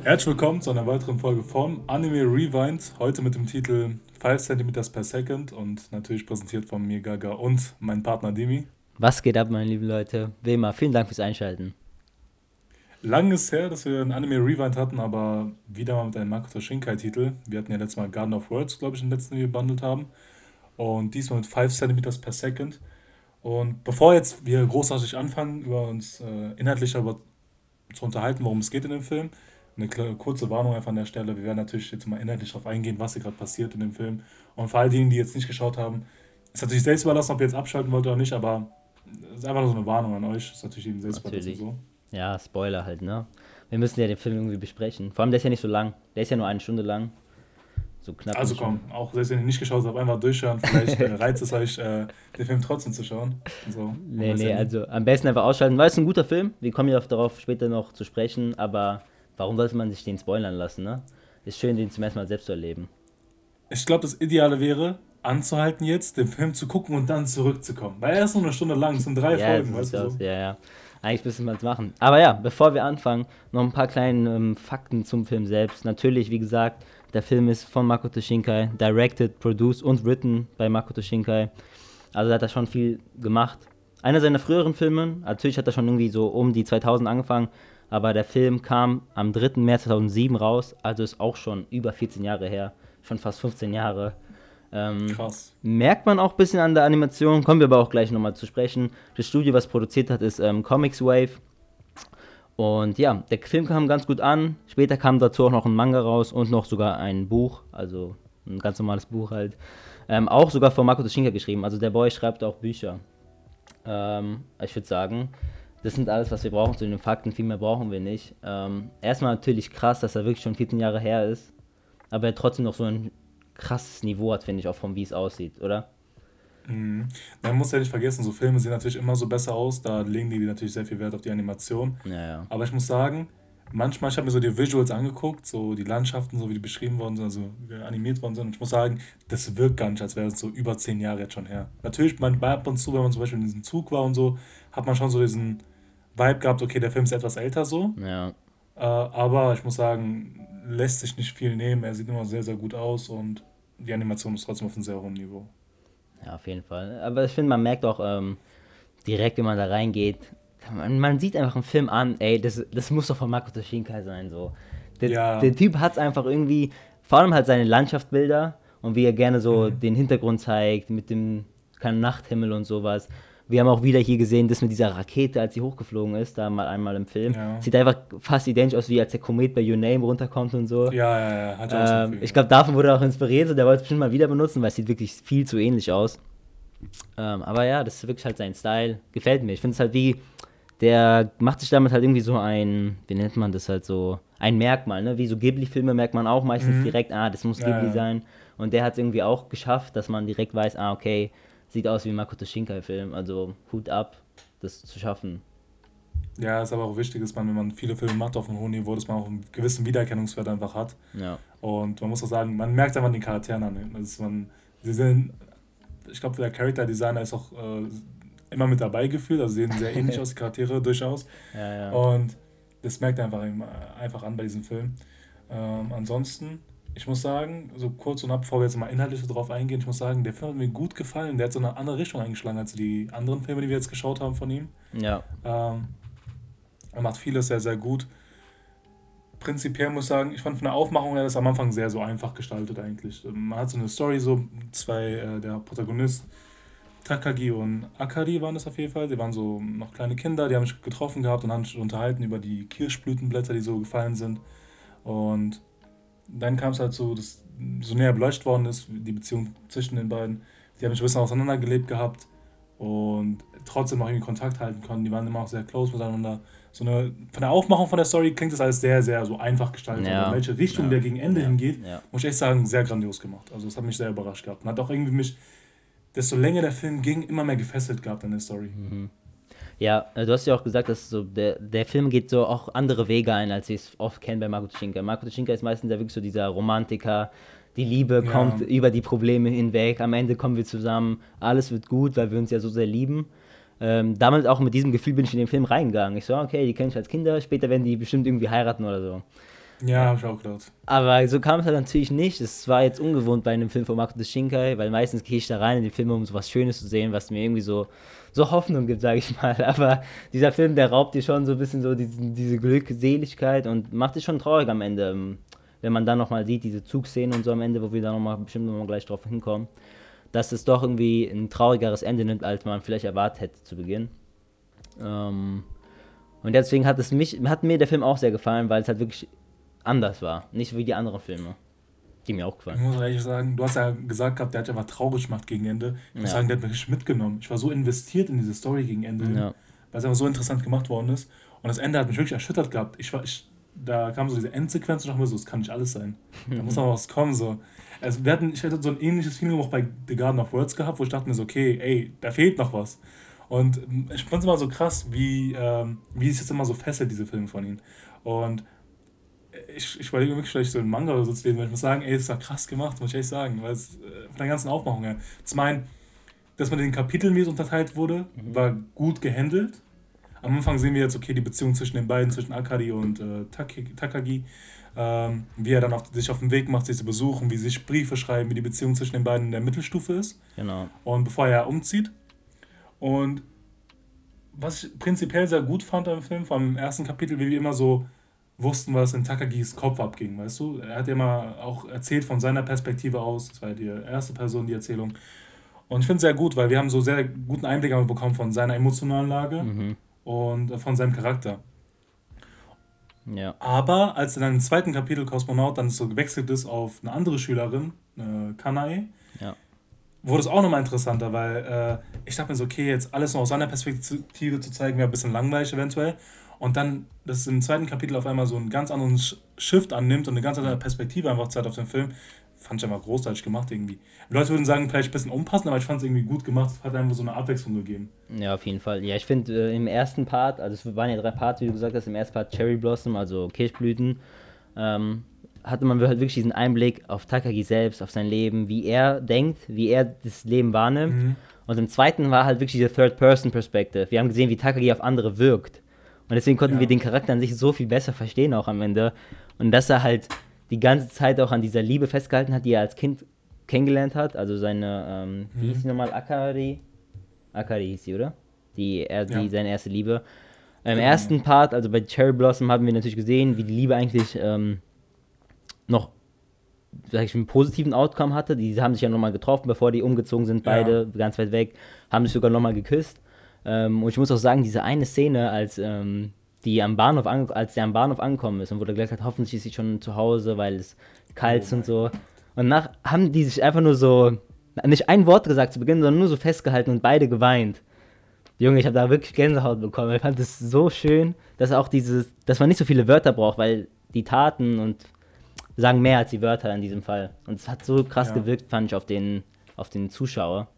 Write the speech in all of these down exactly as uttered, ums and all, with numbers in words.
Herzlich willkommen zu einer weiteren Folge von Anime Rewind. Heute mit dem Titel fünf Zentimeter per Second und natürlich präsentiert von mir Gaga und meinem Partner Dimi. Was geht ab, meine lieben Leute? Wie immer, vielen Dank fürs Einschalten. Lang ist her, dass wir einen Anime Rewind hatten, aber wieder mal mit einem Makoto Shinkai-Titel. Wir hatten ja letztes Mal Garden of Words, glaube ich, den letzten, den wir gebundelt haben. Und diesmal mit fünf Zentimeter per Second. Und bevor jetzt wir großartig anfangen, über uns äh, inhaltlich darüber zu unterhalten, worum es geht in dem Film, eine kle- kurze Warnung einfach an der Stelle. Wir werden natürlich jetzt mal inhaltlich darauf eingehen, was hier gerade passiert in dem Film. Und für all diejenigen, die jetzt nicht geschaut haben, ist natürlich selbst überlassen, ob ihr jetzt abschalten wollt oder nicht, aber es ist einfach nur so eine Warnung an euch. Ist natürlich jedem selbst überlassen Natürlich. so. Ja, Spoiler halt, ne? Wir müssen ja den Film irgendwie besprechen. Vor allem, der ist ja nicht so lang. Der ist ja nur eine Stunde lang. So knapp eine Also Stunde. komm, auch selbst wenn ihr nicht geschaut habt, einfach durchschauen. Vielleicht äh, reizt es euch, äh, den Film trotzdem zu schauen. So, man Nee, weiß ja nee, nie. also am besten einfach ausschalten, weil es ein guter Film. Wir kommen ja darauf später noch zu sprechen, aber warum sollte man sich den spoilern lassen, ne? Ist schön, den zum ersten Mal selbst zu erleben. Ich glaube, das Ideale wäre, anzuhalten jetzt, den Film zu gucken und dann zurückzukommen. Weil er ist nur eine Stunde lang, es sind drei Ja, Folgen, so weißt sieht's du aus. so. Ja, ja. Eigentlich müssen wir es machen. Aber ja, bevor wir anfangen, noch ein paar kleine ähm, Fakten zum Film selbst. Natürlich, wie gesagt, der Film ist von Makoto Shinkai, directed, produced und written bei Makoto Shinkai. Also hat er schon viel gemacht. Einer seiner früheren Filme, natürlich hat er schon irgendwie so um die zweitausend angefangen, aber der Film kam am dritten März zweitausendsieben raus, also ist auch schon über vierzehn Jahre her, schon fast fünfzehn Jahre. Ähm, Krass. Merkt man auch ein bisschen an der Animation, kommen wir aber auch gleich nochmal zu sprechen. Das Studio, was produziert hat, ist ähm, Comics Wave. Und ja, der Film kam ganz gut an. Später kam dazu auch noch ein Manga raus und noch sogar ein Buch, also ein ganz normales Buch halt. Ähm, auch sogar von Makoto Shinkai geschrieben. Also der Boy schreibt auch Bücher. Ähm, ich würde sagen, das sind alles, was wir brauchen zu den Fakten. Viel mehr brauchen wir nicht. Ähm, erstmal natürlich krass, dass er wirklich schon vierzehn Jahre her ist. Aber er trotzdem noch so ein krasses Niveau hat, finde ich, auch von wie es aussieht, oder? Mhm. Man muss ja nicht vergessen, so Filme sehen natürlich immer so besser aus, da legen die natürlich sehr viel Wert auf die Animation. Ja, ja. Aber ich muss sagen, manchmal, ich habe mir so die Visuals angeguckt, so die Landschaften, so wie die beschrieben worden sind, also wie die animiert worden sind. Und ich muss sagen, das wirkt gar nicht, als wäre es so über zehn Jahre jetzt schon her. Natürlich, man bei ab und zu, wenn man zum Beispiel in diesem Zug war und so, hat man schon so diesen Vibe gehabt, okay, der Film ist etwas älter so. Ja, Äh, aber ich muss sagen, lässt sich nicht viel nehmen. Er sieht immer sehr, sehr gut aus und die Animation ist trotzdem auf einem sehr hohen Niveau. ja, auf jeden Fall. Aber ich finde, man merkt auch ähm, direkt, wenn man da reingeht, man, man sieht einfach einen Film an, ey, das, das muss doch von Makoto Shinkai sein, so. Der, Ja, der Typ hat es einfach irgendwie, vor allem halt seine Landschaftsbilder und wie er gerne so mhm. den Hintergrund zeigt, mit dem kein Nachthimmel und sowas. Wir haben auch wieder hier gesehen, das mit dieser Rakete, als sie hochgeflogen ist, da mal einmal im Film. Ja. Sieht einfach fast identisch aus, wie als der Komet bei Your Name runterkommt und so. Ja, ja, ja, hat ja auch so ein Ähm, Gefühl ich glaube, gehabt. davon wurde er auch inspiriert und der wollte es bestimmt mal wieder benutzen, weil es sieht wirklich viel zu ähnlich aus. Ähm, aber ja, das ist wirklich halt sein Style. Gefällt mir. Ich finde es halt wie, der macht sich damit halt irgendwie so ein, wie nennt man das halt so, ein Merkmal, ne? Wie so Ghibli-Filme merkt man auch meistens Mhm. direkt, ah, das muss Ja, Ghibli ja. sein. Und der hat es irgendwie auch geschafft, dass man direkt weiß, ah, okay, sieht aus wie ein Makoto Shinkai-Film. Also Hut ab, das zu schaffen. Ja, ist aber auch wichtig, dass man, wenn man viele Filme macht auf einem hohen Niveau, dass man auch einen gewissen Wiedererkennungswert einfach hat. Ja. Und man muss auch sagen, man merkt einfach den Charakteren an. Also man, sie sind, ich glaube, der Character Designer ist auch äh, immer mit dabei gefühlt, also sehen sehr ähnlich aus, die Charaktere durchaus. Ja, ja. Und das merkt er einfach, einfach an bei diesem Film. Ähm, ansonsten, ich muss sagen, so kurz und ab, bevor wir jetzt mal inhaltlich drauf eingehen, ich muss sagen, der Film hat mir gut gefallen. Der hat so eine andere Richtung eingeschlagen als die anderen Filme, die wir jetzt geschaut haben von ihm. Ja. Ähm, er macht vieles sehr, sehr gut. Prinzipiell muss ich sagen, ich fand von der Aufmachung her das am Anfang sehr so einfach gestaltet eigentlich. Man hat so eine Story, so zwei, äh, der Protagonist, Takagi und Akari waren das auf jeden Fall. Die waren so noch kleine Kinder, die haben sich getroffen gehabt und haben sich unterhalten über die Kirschblütenblätter, die so gefallen sind. Und dann kam es halt so, dass so näher beleuchtet worden ist, die Beziehung zwischen den beiden. Die haben sich ein bisschen auseinandergelebt gehabt und trotzdem noch irgendwie Kontakt halten konnten. Die waren immer auch sehr close miteinander. So eine, von der Aufmachung von der Story klingt das alles sehr, sehr so einfach gestaltet. Aber in Ja. welche Richtung Ja. der gegen Ende Ja. hingeht, Ja. muss ich echt sagen, sehr grandios gemacht. Also das hat mich sehr überrascht gehabt. Und hat auch irgendwie mich, desto länger der Film ging, immer mehr gefesselt gehabt an der Story. Mhm. Ja, äh, du hast ja auch gesagt, dass so der, der Film geht so auch andere Wege ein, als ich es oft kenne bei Makoto Shinkai. Makoto Shinkai ist meistens ja wirklich so dieser Romantiker, die Liebe kommt Ja, über die Probleme hinweg, am Ende kommen wir zusammen, alles wird gut, weil wir uns ja so sehr lieben. Ähm, damals auch mit diesem Gefühl bin ich in den Film reingegangen. Ich so, okay, die kennen sich als Kinder, später werden die bestimmt irgendwie heiraten oder so. Ja, hab ich auch gedacht. Aber so kam es halt natürlich nicht. Es war jetzt ungewohnt bei einem Film von Makoto Shinkai, weil meistens gehe ich da rein in die Filme, um so was Schönes zu sehen, was mir irgendwie so, so Hoffnung gibt, sage ich mal. Aber dieser Film, der raubt dir schon so ein bisschen so diesen, diese Glückseligkeit und macht dich schon traurig am Ende. ähm, Wenn man dann nochmal sieht, diese Zugszenen und so am Ende, wo wir da nochmal bestimmt nochmal gleich drauf hinkommen, dass es doch irgendwie ein traurigeres Ende nimmt, als man vielleicht erwartet hätte zu Beginn. Ähm, und deswegen hat es mich, hat mir der Film auch sehr gefallen, weil es halt wirklich anders war. Nicht wie die anderen Filme, die mir auch Ich gefallen. muss ehrlich sagen, du hast ja gesagt gehabt, der hat ja was traurig gemacht gegen Ende. Ich muss Ja, sagen, der hat mich richtig mitgenommen. Ich war so investiert in diese Story gegen Ende hin, ja, weil es einfach so interessant gemacht worden ist. Und das Ende hat mich wirklich erschüttert gehabt. Ich war, ich, da kam so diese Endsequenz und ich dachte mir so, das kann nicht alles sein. Da muss noch was kommen. So. Also wir hatten, ich hatte so ein ähnliches Feeling auch bei The Garden of Words gehabt, wo ich dachte mir so, okay, ey, da fehlt noch was. Und ähm, ich fand es immer so krass, wie, ähm, wie es jetzt immer so fesselt, diese Filme von ihm. Und ich, ich überlege wirklich vielleicht so einen Manga oder so zu lesen, weil ich muss sagen, ey, das war krass gemacht, muss ich echt sagen, weil es äh, von der ganzen Aufmachung her. Zum einen, dass man in den Kapiteln unterteilt wurde, war gut gehandelt. Am Anfang sehen wir jetzt, okay, die Beziehung zwischen den beiden, zwischen Akari und äh, Taki, Takagi, ähm, wie er dann auf, sich auf den Weg macht, sie zu besuchen, wie sie sich Briefe schreiben, wie die Beziehung zwischen den beiden in der Mittelstufe ist genau. und bevor er umzieht. Und was ich prinzipiell sehr gut fand am Film, vom ersten Kapitel, wie wir immer so wussten, was in Takagis Kopf abging, weißt du? Er hat ja immer auch erzählt von seiner Perspektive aus, das war ja die erste Person, die Erzählung. Und ich finde es sehr gut, weil wir haben so sehr guten Einblick aber bekommen von seiner emotionalen Lage Mhm. und äh, von seinem Charakter. Ja, Aber als er dann im zweiten Kapitel Kosmonaut dann so gewechselt ist auf eine andere Schülerin, äh, Kanae, ja, wurde es auch nochmal interessanter, weil äh, ich dachte mir so, okay, jetzt alles noch aus seiner Perspektive zu zeigen, wäre ein bisschen langweilig eventuell. Und dann, dass es im zweiten Kapitel auf einmal so einen ganz anderen Sch- Shift annimmt und eine ganz andere Perspektive einfach zeigt auf den Film, fand ich einfach großartig gemacht irgendwie. Die Leute würden sagen, vielleicht ein bisschen unpassend, aber ich fand es irgendwie gut gemacht. Es hat einfach so eine Abwechslung gegeben. ja, auf jeden Fall. Ja, ich finde äh, im ersten Part, also es waren ja drei Parts, wie du gesagt hast, im ersten Part Cherry Blossom, also Kirschblüten, ähm, hatte man halt wirklich diesen Einblick auf Takagi selbst, auf sein Leben, wie er denkt, wie er das Leben wahrnimmt. Mhm. Und im zweiten war halt wirklich diese Third-Person-Perspective. Wir haben gesehen, wie Takagi auf andere wirkt. Und deswegen konnten wir Ja, den Charakter an sich so viel besser verstehen auch am Ende. Und dass er halt die ganze Zeit auch an dieser Liebe festgehalten hat, die er als Kind kennengelernt hat. Also seine, ähm, wie hieß mhm. sie nochmal? Akari? Akari hieß sie, oder? Die, er, die, Ja, seine erste Liebe. Im genau, ja. ersten Part, also bei Cherry Blossom, haben wir natürlich gesehen, wie die Liebe eigentlich ähm, noch, sag ich, einen positiven Outcome hatte. Die haben sich ja nochmal getroffen, bevor die umgezogen sind, Ja, beide ganz weit weg, haben sich sogar nochmal geküsst. Ähm, und ich muss auch sagen, diese eine Szene, als ähm, die am Bahnhof ange als der am Bahnhof angekommen ist und wo der gesagt hat, hoffentlich ist sie schon zu Hause, weil es kalt oh ist und mein so. Gott. Und nach haben die sich einfach nur so, nicht ein Wort gesagt zu Beginn, sondern nur so festgehalten und beide geweint. Junge, ich habe da wirklich Gänsehaut bekommen. Ich fand es so schön, dass auch dieses, dass man nicht so viele Wörter braucht, weil die Taten und sagen mehr als die Wörter in diesem Fall. Und es hat so krass Ja. gewirkt, fand ich, auf den, auf den Zuschauer.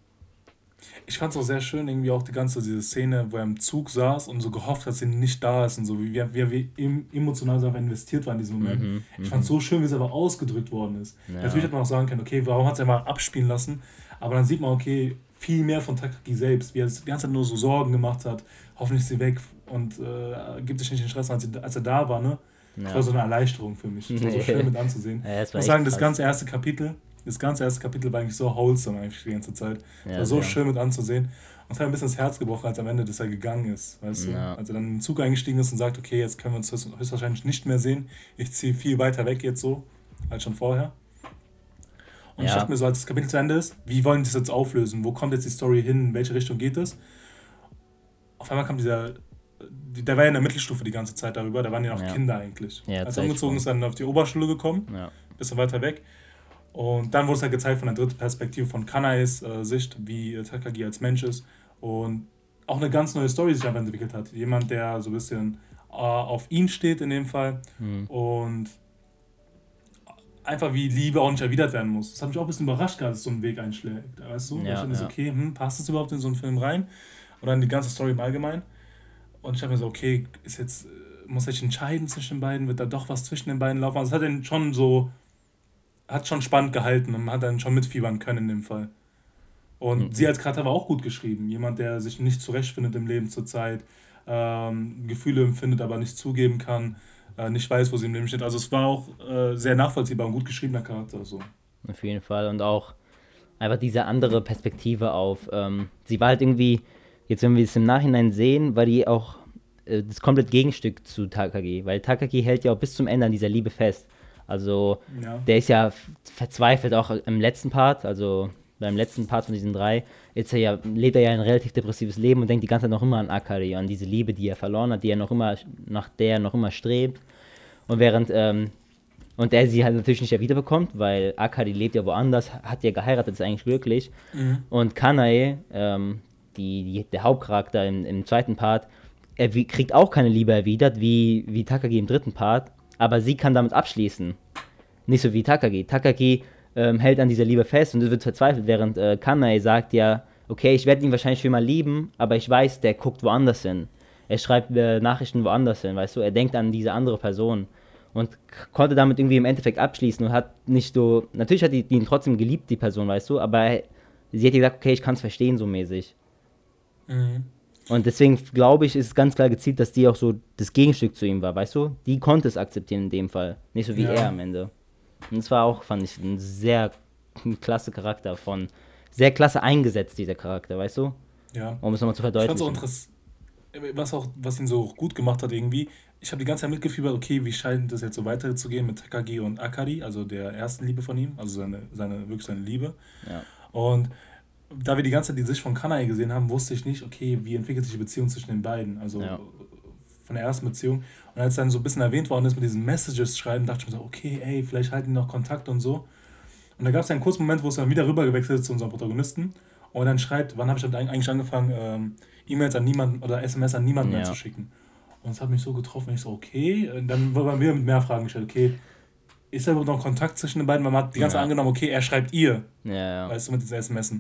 Ich fand es auch sehr schön, irgendwie auch die ganze diese Szene, wo er im Zug saß und so gehofft hat, dass sie nicht da ist und so, wie, wie, wie, wie em- emotional so einfach investiert war in diesem Moment. Mhm, Ich fand es mhm. so schön, wie es aber ausgedrückt worden ist. Natürlich Ja, hätte man auch sagen können, okay, warum hat es einfach abspielen lassen? Aber dann sieht man, okay, viel mehr von Takaki selbst, wie er sich die ganze Zeit nur so Sorgen gemacht hat, hoffentlich ist sie weg und äh, gibt sich nicht den Stress, als, sie, als er da war, ne? Das war ja. so eine Erleichterung für mich. Das war so schön mit anzusehen. Ja, das Ich war muss echt sagen, das krass. ganze erste Kapitel, das ganze erste Kapitel war eigentlich so wholesome eigentlich die ganze Zeit. Es war Ja, so sehr. schön mit anzusehen. Und es hat ein bisschen das Herz gebrochen, als am Ende, dass er gegangen ist, weißt du? Ja, Als er dann in den Zug eingestiegen ist und sagt, okay, jetzt können wir uns höchst- höchstwahrscheinlich nicht mehr sehen. Ich ziehe viel weiter weg jetzt so, als schon vorher. Und ich dachte ja, mir so, als das Kapitel zu Ende ist, wie wollen die das jetzt auflösen? Wo kommt jetzt die Story hin? In welche Richtung geht es? Auf einmal kam dieser, die- der war ja in der Mittelstufe die ganze Zeit darüber, da waren ja noch ja, Kinder eigentlich. ja, Als er umgezogen Zeitsprung. ist, dann auf die Oberschule gekommen, Ja, bisschen weiter weg. Und dann wurde es halt gezeigt von der dritten Perspektive von Kanais äh, Sicht, wie äh, Takagi als Mensch ist. Und auch eine ganz neue Story sich einfach entwickelt hat. Jemand, der so ein bisschen äh, auf ihn steht in dem Fall. hm. Und einfach wie Liebe auch nicht erwidert werden muss. Das hat mich auch ein bisschen überrascht, dass es so einen Weg einschlägt. Weißt du? Weil ich Ja, dachte mir so, ja, okay, hm, passt das überhaupt in so einen Film rein? Oder in die ganze Story im Allgemeinen? Und ich habe mir so, okay, ist jetzt, äh, muss ich entscheiden zwischen den beiden? Wird da doch was zwischen den beiden laufen? Also es hat den schon so, hat schon spannend gehalten und man hat dann schon mitfiebern können in dem Fall. Und sie mhm. als Charakter war auch gut geschrieben. Jemand, der sich nicht zurechtfindet im Leben zurzeit, ähm, Gefühle empfindet, aber nicht zugeben kann, äh, nicht weiß, wo sie im Leben steht. Also es war auch äh, sehr nachvollziehbar und gut geschriebener Charakter. So. Auf jeden Fall. Und auch einfach diese andere Perspektive auf. Ähm, sie war halt irgendwie, jetzt wenn wir es im Nachhinein sehen, war die auch äh, das komplette Gegenstück zu Takagi. Weil Takagi hält ja auch bis zum Ende an dieser Liebe fest. Also Ja. der ist ja f- verzweifelt auch im letzten Part, also beim letzten Part von diesen drei, ist er ja, lebt er ja ein relativ depressives Leben und denkt die ganze Zeit noch immer an Akari, an diese Liebe, die er verloren hat, die er noch immer, nach der er noch immer strebt. Und während, ähm, und er sie halt natürlich nicht wieder bekommt, weil Akari lebt ja woanders, hat ja geheiratet, ist eigentlich glücklich. Mhm. Und Kanae, ähm, die, die, der Hauptcharakter im, im zweiten Part, er wie, kriegt auch keine Liebe erwidert, wie, wie Takagi im dritten Part, aber sie kann damit abschließen. Nicht so wie Takagi. Takagi ähm, hält an dieser Liebe fest und es wird verzweifelt, während äh, Kanae sagt ja, okay, ich werde ihn wahrscheinlich für immer lieben, aber ich weiß, der guckt woanders hin. Er schreibt äh, Nachrichten woanders hin, weißt du, er denkt an diese andere Person und k- konnte damit irgendwie im Endeffekt abschließen und hat nicht so, natürlich hat die, die ihn trotzdem geliebt, die Person, weißt du, aber er, sie hat ihr gesagt, okay, ich kann es verstehen, so mäßig. Mhm. Und deswegen glaube ich, ist es ganz klar gezielt, dass die auch so das Gegenstück zu ihm war, weißt du? Die konnte es akzeptieren in dem Fall, nicht so wie Ja. er am Ende. Und es war auch, fand ich, ein sehr klasse Charakter von, sehr klasse eingesetzt, dieser Charakter, weißt du? Ja. Um es nochmal zu Ich fand es auch verdeutlichen. interessant, was auch, was ihn so gut gemacht hat irgendwie. Ich habe die ganze Zeit mitgefiebert, okay, wie scheint das jetzt so weiterzugehen mit Takagi und Akari, also der ersten Liebe von ihm, also seine, seine, wirklich seine Liebe. Ja. Und da wir die ganze Zeit die Sicht von Kanae gesehen haben, wusste ich nicht, okay, wie entwickelt sich die Beziehung zwischen den beiden, also Ja. von der ersten Beziehung. Und als dann so ein bisschen erwähnt worden ist mit diesen Messages schreiben, dachte ich mir so, okay, ey, vielleicht halten die noch Kontakt und so. Und da gab es einen kurzen Moment, wo es dann wieder rüber gewechselt ist zu unserem Protagonisten. Und dann schreibt, wann habe ich dann eigentlich angefangen, ähm, E-Mails an niemanden oder S M S an niemanden mehr Ja. zu schicken. Und es hat mich so getroffen, ich so, okay. Und dann waren wir mit mehr Fragen gestellt, okay, ist da überhaupt noch Kontakt zwischen den beiden? Weil man hat die ganze Zeit Ja. angenommen, okay, er schreibt ihr, Ja, ja. weißt du, mit diesen S M S.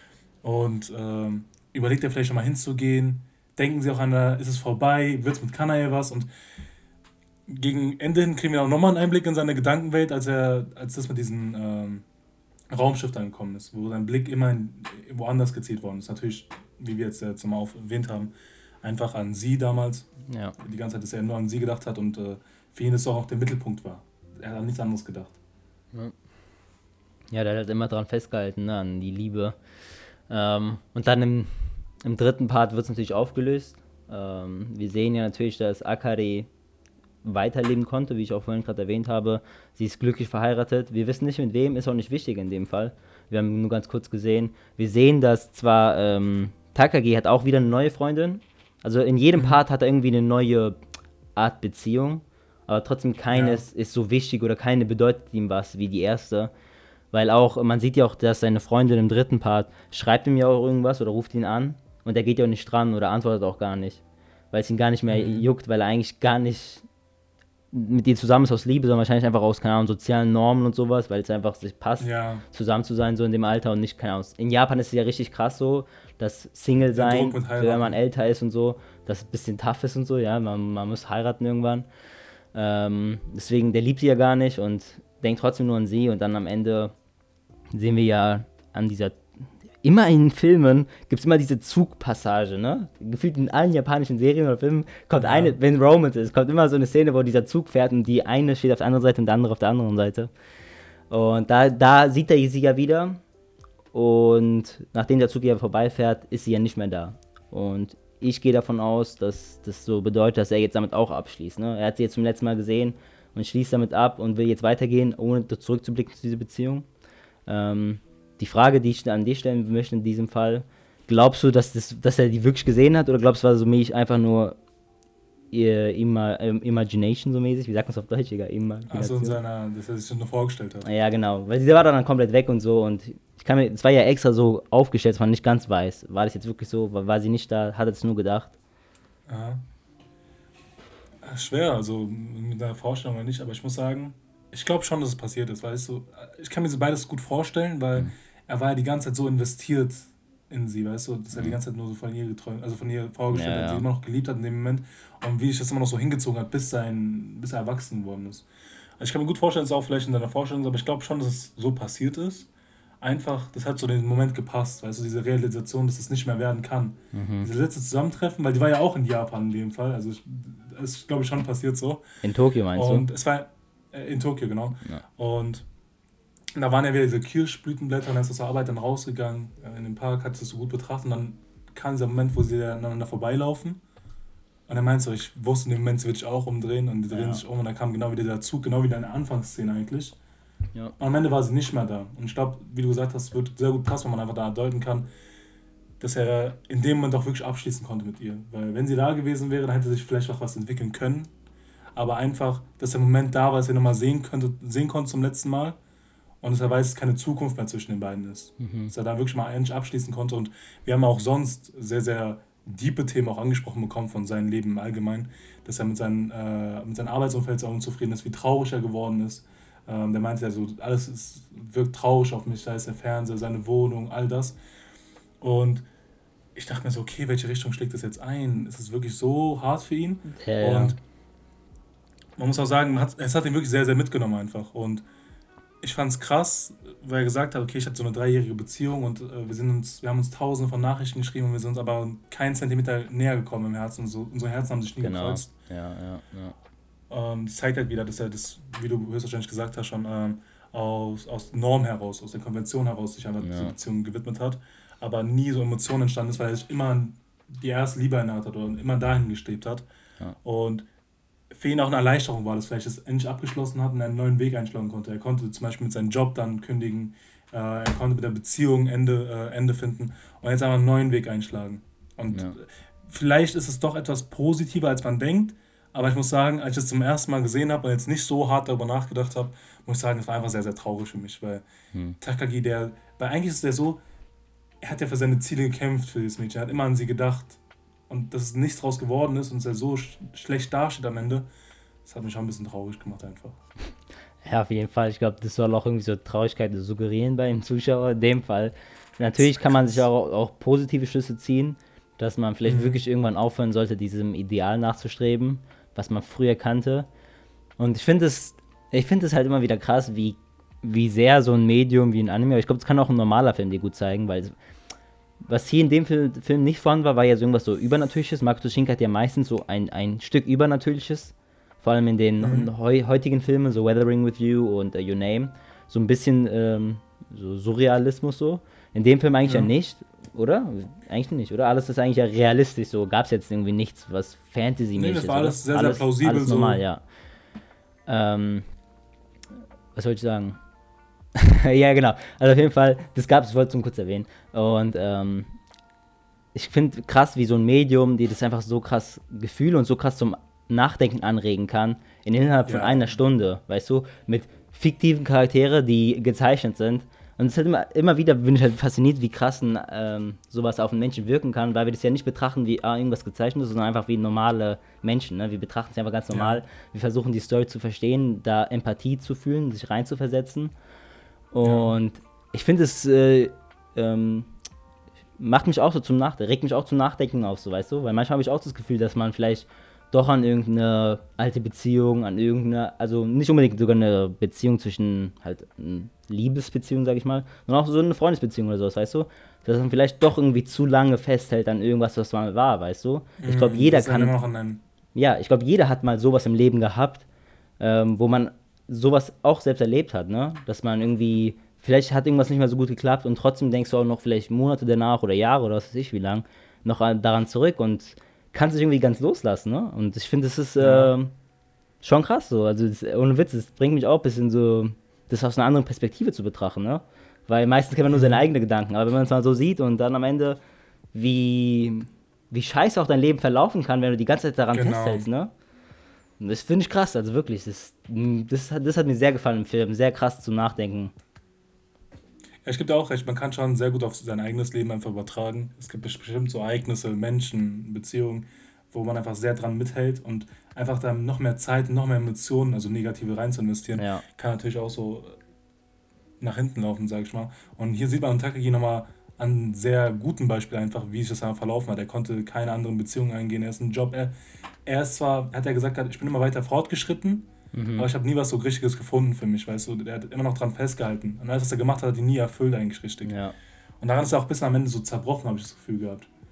Und ähm, überlegt er vielleicht nochmal hinzugehen? Denken sie auch an der, ist es vorbei? Wird es mit Kanae was? Und gegen Ende hin kriegen wir auch nochmal einen Einblick in seine Gedankenwelt, als er, als das mit diesen ähm, Raumschiff dann gekommen ist, wo sein Blick immer in, woanders gezielt worden ist. Natürlich, wie wir jetzt jetzt mal erwähnt haben, einfach an sie damals. Ja. Die ganze Zeit, dass er nur an sie gedacht hat und äh, für ihn das auch der Mittelpunkt war. Er hat an nichts anderes gedacht. Ja, der hat halt immer dran festgehalten, ne, an die Liebe. Ähm, und dann im, im dritten Part wird es natürlich aufgelöst. Ähm, wir sehen ja natürlich, dass Akari weiterleben konnte, wie ich auch vorhin gerade erwähnt habe. Sie ist glücklich verheiratet. Wir wissen nicht mit wem, ist auch nicht wichtig in dem Fall. Wir haben nur ganz kurz gesehen. Wir sehen, dass zwar ähm, Takagi hat auch wieder eine neue Freundin. Also in jedem Part hat er irgendwie eine neue Art Beziehung. Aber trotzdem keines ist so wichtig oder keine bedeutet ihm was wie die erste. Weil auch, man sieht ja auch, dass seine Freundin im dritten Part schreibt ihm ja auch irgendwas oder ruft ihn an und er geht ja auch nicht dran oder antwortet auch gar nicht. Weil es ihn gar nicht mehr Mhm. juckt, weil er eigentlich gar nicht mit ihr zusammen ist aus Liebe, sondern wahrscheinlich einfach aus, keine Ahnung, sozialen Normen und sowas, weil es einfach sich passt, Ja, zusammen zu sein, so in dem Alter und nicht, keine Ahnung. In Japan ist es ja richtig krass so, dass Single der sein, Druck mit wenn heiraten. man älter ist und so, dass es ein bisschen tough ist und so, ja, man, man muss heiraten irgendwann. Ähm, deswegen, der liebt sie ja gar nicht und denkt trotzdem nur an sie und dann am Ende sehen wir ja an dieser, immer in Filmen gibt es immer diese Zugpassage, ne? Gefühlt in allen japanischen Serien oder Filmen kommt Ja. eine, wenn Romance ist, kommt immer so eine Szene, wo dieser Zug fährt und die eine steht auf der anderen Seite und der andere auf der anderen Seite. Und da, da sieht er sie ja wieder und nachdem der Zug ja vorbeifährt, ist sie ja nicht mehr da. Und ich gehe davon aus, dass das so bedeutet, dass er jetzt damit auch abschließt. Ne? Er hat sie jetzt zum letzten Mal gesehen und schließt damit ab und will jetzt weitergehen, ohne zurückzublicken zu dieser Beziehung. Ähm, die Frage, die ich an dich stellen möchte in diesem Fall, glaubst du, dass, das, dass er die wirklich gesehen hat oder glaubst du, war so mäßig einfach nur ihr Ima, ähm, Imagination so mäßig? Wie sagt man es auf Deutsch? Egal, Imagination. Also in seiner, dass er sich schon nur vorgestellt hat. Ja, genau. Weil sie war dann komplett weg und so und ich kann mir, es war ja extra so aufgestellt, dass man nicht ganz weiß. War das jetzt wirklich so? War, war sie nicht da? Hat er es nur gedacht? Ja. Schwer, also mit deiner Vorstellung oder nicht, aber ich muss sagen, ich glaube schon, dass es passiert ist, weißt du. Ich kann mir so beides gut vorstellen, weil Mhm. er war ja die ganze Zeit so investiert in sie, weißt du, dass er die ganze Zeit nur so von ihr geträumt, also von ihr vorgestellt Ja, hat, ja. sie immer noch geliebt hat in dem Moment und wie ich das immer noch so hingezogen hat, bis, sein, bis er erwachsen geworden ist. Also ich kann mir gut vorstellen, dass es auch vielleicht in deiner Vorstellung ist, aber ich glaube schon, dass es so passiert ist. Einfach, das hat so den Moment gepasst, weißt du, diese Realisation, dass es nicht mehr werden kann. Mhm. Diese letzte Zusammentreffen, weil die war ja auch in Japan in dem Fall, also ich, ist, glaube ich, schon passiert so. In Tokio meinst und du? Und es war äh, in Tokio, genau. Ja. Und da waren ja wieder diese Kirschblütenblätter und dann ist das zur Arbeit dann rausgegangen. In den Park, hat es so gut betrachtet und dann kam dieser Moment, wo sie aneinander vorbeilaufen. Und er meinte so, ich wusste in dem Moment, sie wird sich auch umdrehen und die drehen Ja. sich um und dann kam genau wieder der Zug, genau wie in der Anfangsszene eigentlich. Ja. Und am Ende war sie nicht mehr da. Und ich glaube, wie du gesagt hast, wird sehr gut passen, wenn man einfach da deuten kann, dass er in dem Moment auch wirklich abschließen konnte mit ihr. Weil wenn sie da gewesen wäre, dann hätte sich vielleicht auch was entwickeln können. Aber einfach, dass der Moment da war, dass er nochmal sehen, könnte, sehen konnte zum letzten Mal. Und dass er weiß, dass keine Zukunft mehr zwischen den beiden ist. Mhm. Dass er da wirklich mal endlich abschließen konnte. Und wir haben auch sonst sehr, sehr diepe Themen auch angesprochen bekommen von seinem Leben im Allgemeinen. Dass er mit, seinen, äh, mit seinem Arbeitsumfeld sehr unzufrieden ist, wie traurig er geworden ist. Ähm, der meinte ja so, alles ist, wirkt traurig auf mich, sei es der Fernseher, seine Wohnung, all das. Und ich dachte mir so, okay, welche Richtung schlägt das jetzt ein? Ist es wirklich so hart für ihn? Ja, und ja. man muss auch sagen, man hat, es hat ihn wirklich sehr, sehr mitgenommen einfach. Und ich fand es krass, weil er gesagt hat, okay, ich hatte so eine dreijährige Beziehung und äh, wir, sind uns, wir haben uns tausende von Nachrichten geschrieben und wir sind uns aber keinen Zentimeter näher gekommen im Herzen. Und so, unsere Herzen haben sich nie Genau. gekreuzt. Ja, ja, ja. Ähm, das zeigt halt wieder, dass er das, wie du höchstwahrscheinlich gesagt hast, schon ähm, aus, aus Norm heraus, aus der Konvention heraus sich einfach Ja. dieser Beziehung gewidmet hat, aber nie so Emotionen entstanden ist, weil er sich immer an die erste Liebe erinnert hat oder immer dahin gestrebt hat. Ja. Und für ihn auch eine Erleichterung war, dass vielleicht das endlich abgeschlossen hat und einen neuen Weg einschlagen konnte. Er konnte zum Beispiel mit seinem Job dann kündigen, äh, er konnte mit der Beziehung Ende, äh, Ende finden und jetzt einfach einen neuen Weg einschlagen. Und Ja. vielleicht ist es doch etwas positiver, als man denkt, aber ich muss sagen, als ich es zum ersten Mal gesehen habe und jetzt nicht so hart darüber nachgedacht habe, muss ich sagen, es war einfach sehr, sehr traurig für mich, weil Hm. Takagi, der, weil eigentlich ist der so, er hat ja für seine Ziele gekämpft für dieses Mädchen, er hat immer an sie gedacht und dass nichts draus geworden ist und dass er so sch- schlecht dasteht am Ende, das hat mich auch ein bisschen traurig gemacht einfach. Ja, auf jeden Fall. Ich glaube, das soll auch irgendwie so Traurigkeit suggerieren bei dem Zuschauer. In dem Fall. Natürlich kann man sich auch, auch positive Schlüsse ziehen, dass man vielleicht Mhm. wirklich irgendwann aufhören sollte, diesem Ideal nachzustreben, was man früher kannte. Und ich finde es, ich finde es halt immer wieder krass, wie, wie sehr so ein Medium wie ein Anime, aber ich glaube, das kann auch ein normaler Film dir gut zeigen, weil es, was hier in dem Film, Film nicht vorhanden war, war ja so irgendwas so Übernatürliches. Makoto Shinkai hat ja meistens so ein, ein Stück Übernatürliches, vor allem in den Mhm. heu, heutigen Filmen, so Weathering with You und uh, Your Name, so ein bisschen ähm, so Surrealismus so. In dem Film eigentlich ja, Ja. nicht, oder? Eigentlich nicht, oder? Alles ist eigentlich ja realistisch so. Gab es jetzt irgendwie nichts, was Fantasy-mäßig Nee, ist, das war oder? alles sehr, sehr plausibel Alles so. normal, ja. Ähm, was soll ich sagen? Ja, genau. Also auf jeden Fall, das gab es, ich wollte es nur kurz erwähnen. Und ähm, ich finde krass, wie so ein Medium, die das einfach so krass Gefühle und so krass zum Nachdenken anregen kann, in innerhalb von Ja. einer Stunde, weißt du, mit fiktiven Charaktere, die gezeichnet sind. Und es ist halt immer, immer wieder bin ich halt fasziniert, wie krass ein, ähm, sowas auf einen Menschen wirken kann, weil wir das ja nicht betrachten wie ah, irgendwas gezeichnet ist, sondern einfach wie normale Menschen. Ne? Wir betrachten es einfach ganz normal. Ja. Wir versuchen die Story zu verstehen, da Empathie zu fühlen, sich reinzuversetzen. Und ja. ich finde es äh, ähm, macht mich auch so zum Nachdenken, regt mich auch zum Nachdenken auf, so weißt du, weil manchmal habe ich auch das Gefühl, dass man vielleicht doch an irgendeine alte Beziehung, an irgendeine, also nicht unbedingt sogar eine Beziehung zwischen halt eine Liebesbeziehung, sag ich mal, sondern auch so eine Freundesbeziehung oder sowas, weißt du, dass man vielleicht doch irgendwie zu lange festhält an irgendwas, was mal war, weißt du. Ich glaube, jeder Das ist kann, immer noch an einem, ja, ich glaube, jeder hat mal sowas im Leben gehabt, ähm, wo man sowas auch selbst erlebt hat, ne, dass man irgendwie, vielleicht hat irgendwas nicht mehr so gut geklappt und trotzdem denkst du auch noch vielleicht Monate danach oder Jahre oder was weiß ich wie lang noch an, daran zurück und kannst dich irgendwie ganz loslassen, ne? Und ich finde, das ist Ja. äh, schon krass so. Also das, ohne Witz, das bringt mich auch ein bisschen so, das aus einer anderen Perspektive zu betrachten, ne? Weil meistens kennt man nur seine eigenen Gedanken, aber wenn man es mal so sieht und dann am Ende, wie, wie scheiße auch dein Leben verlaufen kann, wenn du die ganze Zeit daran Genau. festhältst, ne? Und das finde ich krass, also wirklich. Das, das, hat, das hat mir sehr gefallen im Film, sehr krass zum Nachdenken. Ja, ich gebe dir auch recht, man kann schon sehr gut auf sein eigenes Leben einfach übertragen. Es gibt bestimmt so Ereignisse, Menschen, Beziehungen, wo man einfach sehr dran mithält und einfach dann noch mehr Zeit, noch mehr Emotionen, also negative rein zu investieren, Ja. kann natürlich auch so nach hinten laufen, sag ich mal. Und hier sieht man Takagi nochmal an einem sehr guten Beispiel einfach, wie sich das dann verlaufen hat. Er konnte keine anderen Beziehungen eingehen, er ist ein Job, er, er ist zwar, hat er gesagt, ich bin immer weiter fortgeschritten, Mhm. aber ich habe nie was so Richtiges gefunden für mich, weißt du, er hat immer noch dran festgehalten. Und alles, was er gemacht hat, hat ihn nie erfüllt eigentlich richtig. Ja. Und daran ist er auch bis am Ende so zerbrochen, habe ich das Gefühl gehabt.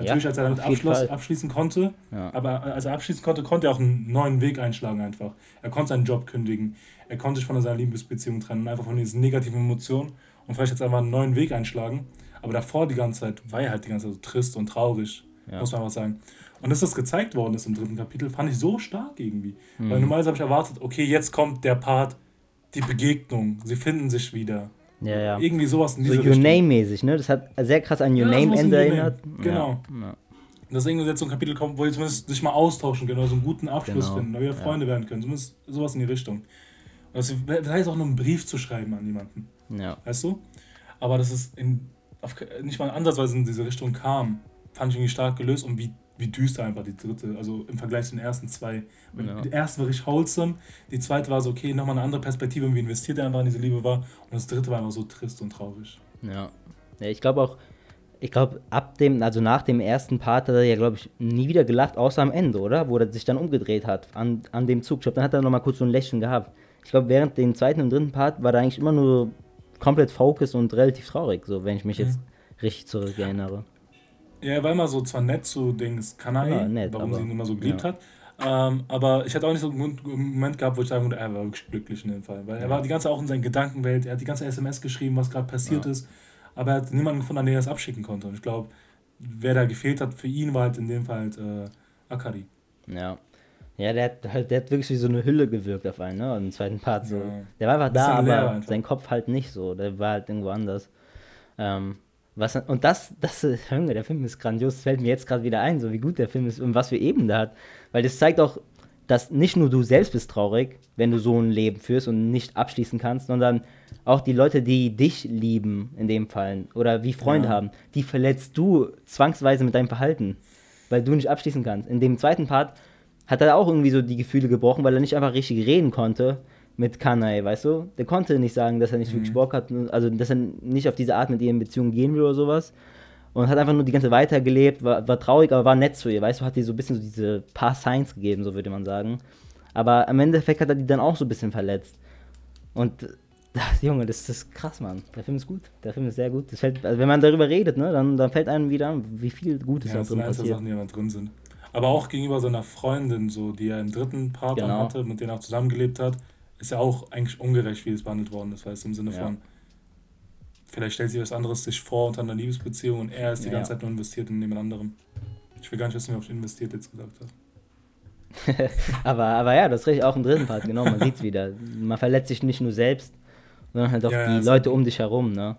Natürlich, Ja, als er damit auf jeden abschloss, Fall. abschließen konnte, Ja, aber als er abschließen konnte, konnte er auch einen neuen Weg einschlagen einfach. Er konnte seinen Job kündigen, er konnte sich von seiner Liebesbeziehung trennen, einfach von diesen negativen Emotionen und vielleicht jetzt einfach einen neuen Weg einschlagen. Aber davor die ganze Zeit war er halt die ganze Zeit so trist und traurig, ja. muss man einfach sagen. Und dass das gezeigt worden ist im dritten Kapitel, fand ich so stark irgendwie. Weil Mhm. normalerweise habe ich erwartet, okay, jetzt kommt der Part, die Begegnung, sie finden sich wieder. Ja, ja. Irgendwie sowas in So diese Your Richtung. Name-mäßig, ne? Das hat sehr krass an Your Ja, sowas in Name-Ende Your Name. erinnert. Ja, Genau. ja, Dass irgendwie jetzt so ein Kapitel kommt, wo die zumindest sich mal austauschen können oder so einen guten Abschluss genau. finden, oder wieder Ja, Freunde werden können. Zumindest sowas in die Richtung. Und das das heißt auch nur einen Brief zu schreiben an jemanden. ja, Weißt du? Aber dass es in, auf, nicht mal ansatzweise in diese Richtung kam, fand ich irgendwie stark gelöst und wie, wie düster einfach die dritte, also im Vergleich zu den ersten zwei. Weil ja, die erste war richtig wholesome, die zweite war so, okay, nochmal eine andere Perspektive, wie investiert er einfach in diese Liebe war. Und das dritte war einfach so trist und traurig. ja. Ja, ich glaube auch, ich glaube, ab dem, also nach dem ersten Part hat er ja, glaube ich, nie wieder gelacht, außer am Ende, oder? Wo er sich dann umgedreht hat an, an dem Zug. Ich glaube, dann hat er nochmal kurz so ein Lächeln gehabt. Ich glaube, während dem zweiten und dritten Part war er eigentlich immer nur komplett focused und relativ traurig, so, wenn ich mich jetzt Mhm. richtig zurückerinnere. Ja, er war immer so zwar nett zu Dings Ja, Kanai, nett, warum sie aber, ihn immer so geliebt ja, hat, ähm, aber ich hatte auch nicht so einen Moment gehabt, wo ich sagen würde, er war wirklich glücklich in dem Fall. Weil er war ja, die ganze Zeit auch in seiner Gedankenwelt, er hat die ganze S M S geschrieben, was gerade passiert ja, ist, aber er hat niemanden gefunden, an den er es abschicken konnte. Und ich glaube, wer da gefehlt hat für ihn, war halt in dem Fall halt äh, Akari. ja. Ja, der hat halt, der hat wirklich wie so eine Hülle gewirkt auf einen, ne? Im zweiten Part Ja, so. Der war einfach ein da, bisschen leer aber einfach. sein Kopf halt nicht so. Der war halt irgendwo anders. Ähm, was, und das, das, ist- Junge, der Film ist grandios. Das fällt mir jetzt gerade wieder ein, so wie gut der Film ist und was für Ebenen der hat. Weil das zeigt auch, dass nicht nur du selbst bist traurig, wenn du so ein Leben führst und nicht abschließen kannst, sondern auch die Leute, die dich lieben, in dem Fall, oder wie Freunde Ja. haben, die verletzt du zwangsweise mit deinem Verhalten, weil du nicht abschließen kannst. In dem zweiten Part hat er auch irgendwie so die Gefühle gebrochen, weil er nicht einfach richtig reden konnte mit Kanai, weißt du? Der konnte nicht sagen, dass er nicht wirklich Mhm. Bock hat, also dass er nicht auf diese Art mit ihr in Beziehung gehen will oder sowas. Und hat einfach nur die ganze Zeit weitergelebt, war, war traurig, aber war nett zu ihr, weißt du? Hat ihr so ein bisschen so diese paar Signs gegeben, so würde man sagen. Aber am Endeffekt hat er die dann auch so ein bisschen verletzt. Und das, Junge, das ist krass, Mann. Der Film ist gut. Der Film ist sehr gut. Das fällt, also wenn man darüber redet, ne, dann, dann fällt einem wieder an, wie viel Gutes Ja, da das sind drin ein, zwei passiert. Sachen, die immer drin sind. Aber auch gegenüber seiner Freundin, so, die er im dritten Part dann Genau. hatte, mit denen er auch zusammengelebt hat, ist ja auch eigentlich ungerecht, wie es behandelt worden ist. Weißt du, im Sinne Ja. von, vielleicht stellt sie was anderes sich vor unter einer Liebesbeziehung und er ist die Ja, ganze ja. Zeit nur investiert in jemand anderem. Ich will gar nicht wissen, wie oft investiert jetzt gesagt hat. aber, aber ja, das ist richtig, auch im dritten Part, genau, man sieht's wieder. Man verletzt sich nicht nur selbst, sondern halt auch Ja, ja, die es Leute sind, um dich herum, ne?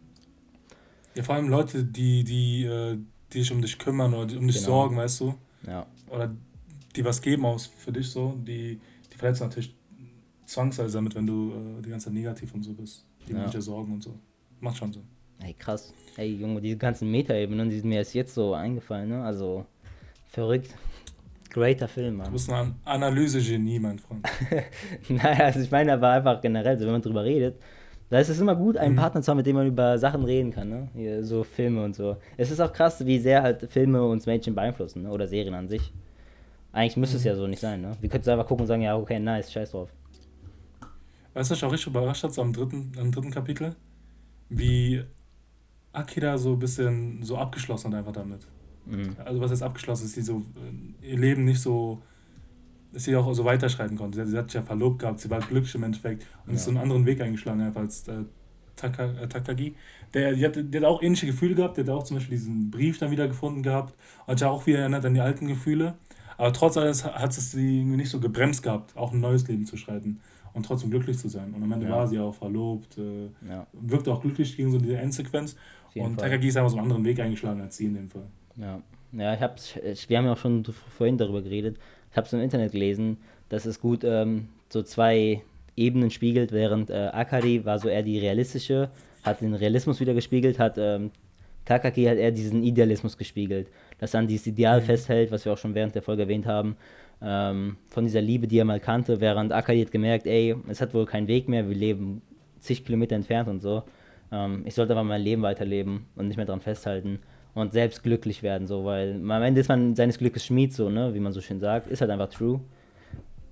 ja, vor allem Leute, die, die, äh, die sich um dich kümmern oder die um dich Genau. sorgen, weißt du? Ja, Oder die was geben aus für dich so, die, die verletzen natürlich zwangsweise damit, wenn du äh, die ganze Zeit negativ und so bist. Die ja. manche sorgen und so. Macht schon Sinn. Ey, krass. Ey, Junge, diese ganzen Meta-Ebenen, die sind mir erst jetzt so eingefallen, ne? Also, verrückt. Greater Film, Du Mann. bist ein An- Analysegenie, mein Freund. Naja, also ich meine aber einfach generell, so wenn man drüber redet, da ist es immer gut, einen Mhm. Partner zu haben, mit dem man über Sachen reden kann, ne? Hier, so Filme und so. Es ist auch krass, wie sehr halt Filme uns Menschen beeinflussen, ne? Oder Serien an sich. Eigentlich müsste es Mhm. ja so nicht sein, ne? Wir könnten einfach gucken und sagen, ja, okay, nice, scheiß drauf. Weißt du, was ich auch richtig überrascht hat, so am dritten, am dritten Kapitel? Wie Akira so ein bisschen so abgeschlossen hat einfach damit. Mhm. Also was jetzt abgeschlossen ist, sie so äh, ihr Leben nicht so, dass sie auch so weiterschreiten konnte. Sie, sie hat sich ja verlobt gehabt, sie war glücklich im Endeffekt und ist so Ja. einen anderen Weg eingeschlagen einfach als äh, Taka, äh, Takagi. Der, die, hat, die hat auch ähnliche Gefühle gehabt, die hat auch zum Beispiel diesen Brief dann wieder gefunden gehabt und hat sich auch wieder erinnert an die alten Gefühle. Aber trotz alles hat es sie irgendwie nicht so gebremst gehabt, auch ein neues Leben zu schreiten und trotzdem glücklich zu sein. Und am Ende Ja. war sie auch verlobt, äh, Ja, wirkte auch glücklich gegen so diese Endsequenz. auf jeden Und Fall. Takagi ist einfach so einen anderen Weg eingeschlagen als sie in dem Fall. Ja, ja, ich hab's, ich, wir haben ja auch schon vorhin darüber geredet. Ich habe es im Internet gelesen, dass es gut ähm, so zwei Ebenen spiegelt, während äh, Akari war so eher die realistische, hat den Realismus wieder gespiegelt, hat ähm, Takagi halt eher diesen Idealismus gespiegelt, dass er an dieses Ideal Mhm. festhält, was wir auch schon während der Folge erwähnt haben, ähm, von dieser Liebe, die er mal kannte, während Akari hat gemerkt, ey, es hat wohl keinen Weg mehr, wir leben zig Kilometer entfernt und so. Ähm, ich sollte aber mein Leben weiterleben und nicht mehr dran festhalten und selbst glücklich werden, so, weil am Ende ist man seines Glückes Schmied, so, ne, wie man so schön sagt, ist halt einfach true.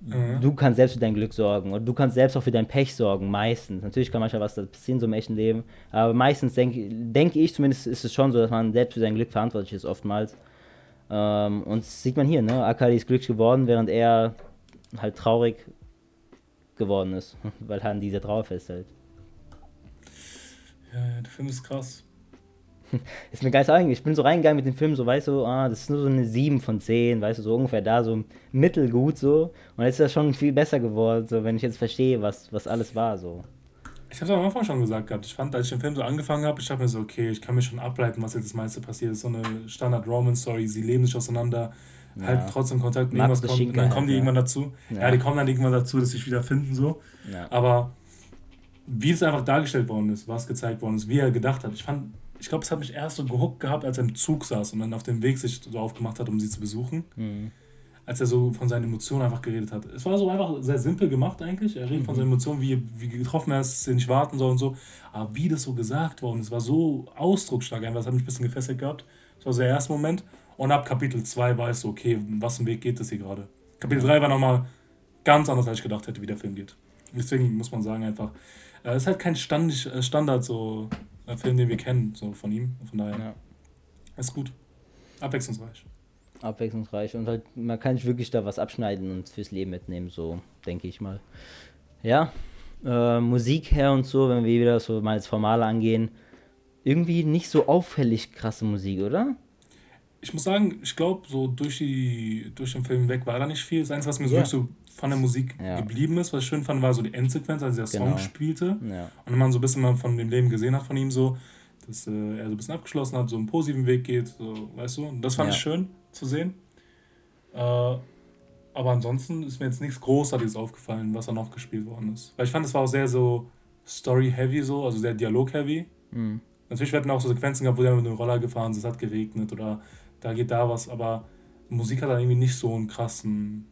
Mhm. du kannst selbst für dein Glück sorgen oder du kannst selbst auch für dein Pech sorgen, meistens. Natürlich kann manchmal was passieren so im echten Leben, aber meistens denke denke ich zumindest ist es schon so, dass man selbst für sein Glück verantwortlich ist oftmals. Ähm, und das sieht man hier, ne? Akali ist glücklich geworden, während er halt traurig geworden ist, weil er an dieser Trauer festhält. Ja, ja, der Film ist krass. Ist mir geil eigentlich. Ich bin so reingegangen mit dem Film, so weißt du, ah, das ist nur so eine sieben von zehn, weißt du, so ungefähr da, so mittelgut so. Und jetzt ist das schon viel besser geworden, so wenn ich jetzt verstehe, was, was alles war, so. Ich habe es am Anfang schon gesagt gehabt. Ich fand, als ich den Film so angefangen habe, ich dachte mir so, okay, ich kann mir schon ableiten, was jetzt das meiste passiert. Es ist so eine Standard-Roman-Story, sie leben nicht auseinander, halten Ja. trotzdem Kontakt und irgendwas Makoto kommt und dann Shinkai kommen halt, die ne? irgendwann dazu. Ja, die Ja, kommen dann irgendwann dazu, dass sie sich wieder finden, so. ja. Aber wie es einfach dargestellt worden ist, was gezeigt worden ist, wie er gedacht hat. Ich fand, ich glaube, es hat mich erst so gehuckt gehabt, als er im Zug saß und dann auf dem Weg sich so aufgemacht hat, um sie zu besuchen. Mhm. Als er so von seinen Emotionen einfach geredet hat. Es war so einfach sehr simpel gemacht eigentlich. Er redet von seinen Emotionen, wie, wie getroffen er ist, dass er nicht warten soll und so. Aber wie das so gesagt worden ist, war so ausdrucksstark einfach. Das hat mich ein bisschen gefesselt gehabt. Das war so der erste Moment. Und ab Kapitel zwei war es so, okay, was im Weg geht es hier gerade. Kapitel Ja. drei war nochmal ganz anders, als ich gedacht hätte, wie der Film geht. Deswegen muss man sagen einfach, äh, es ist halt kein Stand, äh, Standard so äh, Film, den wir kennen, so von ihm. Von daher Ja. ist gut. Abwechslungsreich. Abwechslungsreich und halt, man kann sich wirklich da was abschneiden und fürs Leben mitnehmen, so denke ich mal. Ja, äh, Musik her und so, wenn wir wieder so mal das Formale angehen, irgendwie nicht so auffällig krasse Musik, oder? Ich muss sagen, ich glaube, so durch, die, durch den Film weg war da nicht viel. Das Einzige, was mir so Ja. wirklich so von der Musik Ja, geblieben ist, was ich schön fand, war so die Endsequenz, als der Song genau. spielte. Ja, Und man so ein bisschen mal von dem Leben gesehen hat von ihm, so, dass äh, er so ein bisschen abgeschlossen hat, so einen positiven Weg geht, so, weißt du. Und das fand ich ja, schön zu sehen. Äh, aber ansonsten ist mir jetzt nichts Großartiges aufgefallen, was da noch gespielt worden ist. Weil ich fand, es war auch sehr so Story-heavy, so, also sehr Dialog-heavy. mhm. Natürlich werden auch so Sequenzen gehabt, wo der mit dem Roller gefahren ist, es hat geregnet oder da geht da was, aber Musik hat da irgendwie nicht so einen krassen,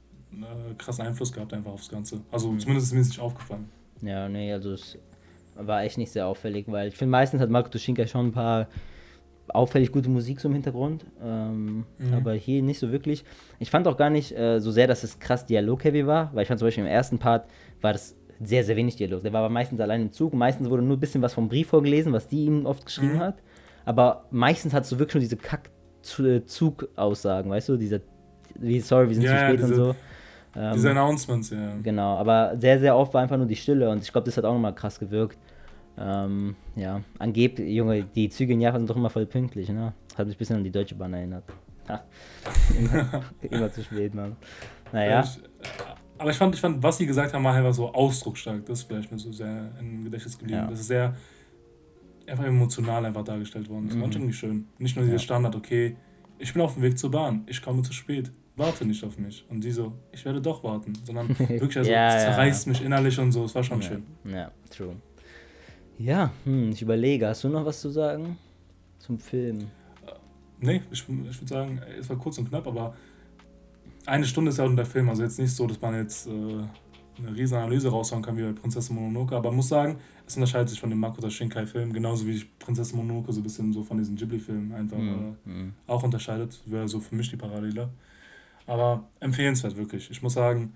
äh, krassen Einfluss gehabt einfach aufs Ganze. Also Mhm. zumindest ist mir das nicht aufgefallen. Ja, nee, also es war echt nicht sehr auffällig, weil ich finde, meistens hat Makoto Shinkai schon ein paar auffällig gute Musik so im Hintergrund, ähm, Mhm. aber hier nicht so wirklich. Ich fand auch gar nicht äh, so sehr, dass es krass Dialog-heavy war, weil ich fand zum Beispiel im ersten Part war das sehr, sehr wenig Dialog. Der war aber meistens allein im Zug und meistens wurde nur ein bisschen was vom Brief vorgelesen, was die ihm oft geschrieben Mhm. hat, aber meistens hast du wirklich nur diese Kack-Zug-Aussagen, weißt du, dieser, wie, sorry, wir sind zu Ja, ja, spät und diese, so. diese Ähm, Announcements, ja. genau, aber sehr, sehr oft war einfach nur die Stille und ich glaube, das hat auch nochmal krass gewirkt. Ähm, ja, angeblich, Junge, die Züge in Japan sind doch immer voll pünktlich, ne? Hat mich ein bisschen an die Deutsche Bahn erinnert. Ha, immer, immer zu spät, Mann. Naja, Ich, aber ich fand, ich fand, was sie gesagt haben, war einfach so ausdrucksstark. Das ist vielleicht mir so sehr im Gedächtnis geblieben. ja. Das ist sehr einfach emotional einfach dargestellt worden. Das war schon Mhm. irgendwie schön. Nicht nur dieser Ja. Standard, okay, ich bin auf dem Weg zur Bahn, ich komme zu spät, warte nicht auf mich. Und die so, ich werde doch warten. Sondern wirklich, also, Ja, es ja, zerreißt mich innerlich und so, es war schon ja, schön. ja, true. Ja, hm, ich überlege, hast du noch was zu sagen zum Film? Nee, ich, ich würde sagen, es war kurz und knapp, aber eine Stunde ist ja auch der Film. Also jetzt nicht so, dass man jetzt äh, eine riesen Analyse raushauen kann wie bei Prinzessin Mononoke, aber muss sagen, es unterscheidet sich von dem Makoto Shinkai-Film, genauso wie sich Prinzessin Mononoke so ein bisschen so von diesen Ghibli-Filmen einfach Hm, äh, hm. auch unterscheidet. Wäre so für mich die Parallele. Aber empfehlenswert wirklich. Ich muss sagen,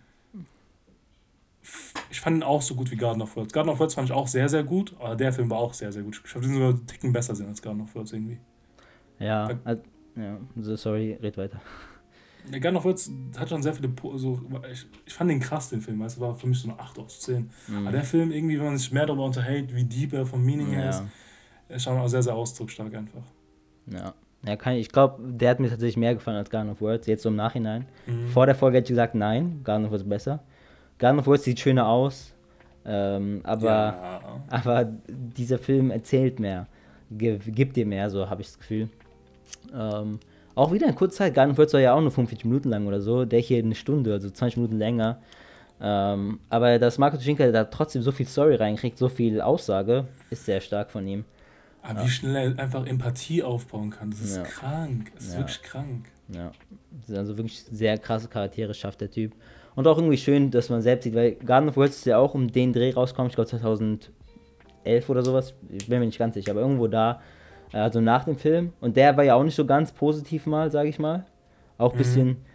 f- ich fand ihn auch so gut wie Garden of Words. Garden of Words fand ich auch sehr, sehr gut, aber der Film war auch sehr, sehr gut. Ich würde ihn sogar einen Ticken besser sehen als Garden of Words irgendwie. Ja, Da- al- ja, so, sorry, red weiter. Ja, Garden of Words hat schon sehr viele. Po so, ich, ich fand den krass, den Film. Weißt du, war für mich so eine acht aus zehn. Aber der Hm, Film, irgendwie, wenn man sich mehr darüber unterhält, wie deep er vom Meaning her ist, ja, ist schon auch sehr, sehr ausdrucksstark einfach. ja. Ja, kann ich, ich glaube, der hat mir tatsächlich mehr gefallen als Garden of Words, jetzt so im Nachhinein. Mhm. Vor der Folge hätte ich gesagt, nein, Garden of Words ist besser. Garden of Words sieht schöner aus, ähm, aber, Ja. aber dieser Film erzählt mehr, ge- gibt dir mehr, so habe ich das Gefühl. Ähm, auch wieder in kurzer Zeit, Garden of Words soll ja auch nur fünfundvierzig Minuten lang oder so, der hier eine Stunde, also zwanzig Minuten länger. Ähm, aber dass Makoto Shinkai da trotzdem so viel Story reinkriegt, so viel Aussage, ist sehr stark von ihm. Aber wie schnell er einfach Empathie aufbauen kann, das ist Ja. krank. Das ist Ja. wirklich krank. Ja, das sind also wirklich sehr krasse Charaktere schafft der Typ. Und auch irgendwie schön, dass man selbst sieht, weil Garden of Words ist ja auch um den Dreh rausgekommen, ich glaube zweitausendelf oder sowas, ich bin mir nicht ganz sicher, aber irgendwo da, also nach dem Film. Und der war ja auch nicht so ganz positiv mal, sage ich mal. Auch ein Mhm. bisschen,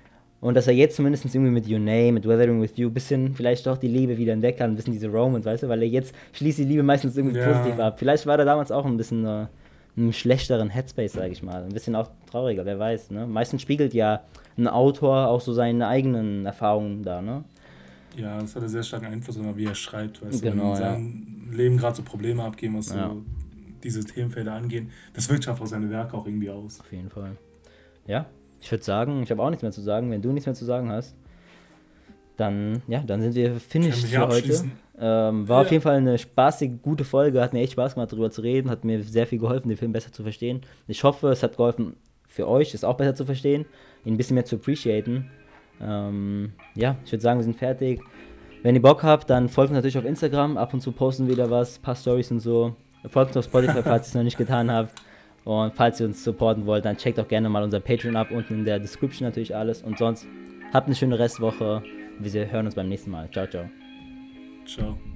Und dass er jetzt zumindest irgendwie mit Your Name, mit Weathering With You, ein bisschen vielleicht doch die Liebe wieder entdeckt hat, ein bisschen diese Romance, weißt du, weil er jetzt schließt die Liebe meistens irgendwie Ja. positiv ab. Vielleicht war er damals auch ein bisschen äh, in einem schlechteren Headspace, sage ich mal. Ein bisschen auch trauriger, wer weiß, ne? Meistens spiegelt ja ein Autor auch so seine eigenen Erfahrungen da, ne? Ja, das hat einen sehr starken Einfluss, immer wie er schreibt, weißt Genau, du, wenn ja. sein Leben gerade so Probleme abgeben, was Ja. so diese Themenfelder angehen, das wirkt einfach seine Werke auch irgendwie aus. Auf jeden Fall. Ja, ich würde sagen, ich habe auch nichts mehr zu sagen. Wenn du nichts mehr zu sagen hast, dann, ja, dann sind wir finished Können wir hier für heute. abschließen? Ähm, war Ja. auf jeden Fall eine spaßige, gute Folge. Hat mir echt Spaß gemacht, darüber zu reden. Hat mir sehr viel geholfen, den Film besser zu verstehen. Ich hoffe, es hat geholfen für euch, es auch besser zu verstehen, ihn ein bisschen mehr zu appreciaten. Ähm, ja, ich würde sagen, wir sind fertig. Wenn ihr Bock habt, dann folgt uns natürlich auf Instagram. Ab und zu posten wir wieder was, ein paar Stories und so. Folgt uns auf Spotify, falls ihr es noch nicht getan habt. Und falls ihr uns supporten wollt, dann checkt auch gerne mal unser Patreon ab. Unten in der Description natürlich alles. Und sonst habt eine schöne Restwoche. Wir hören uns beim nächsten Mal. Ciao, ciao. Ciao.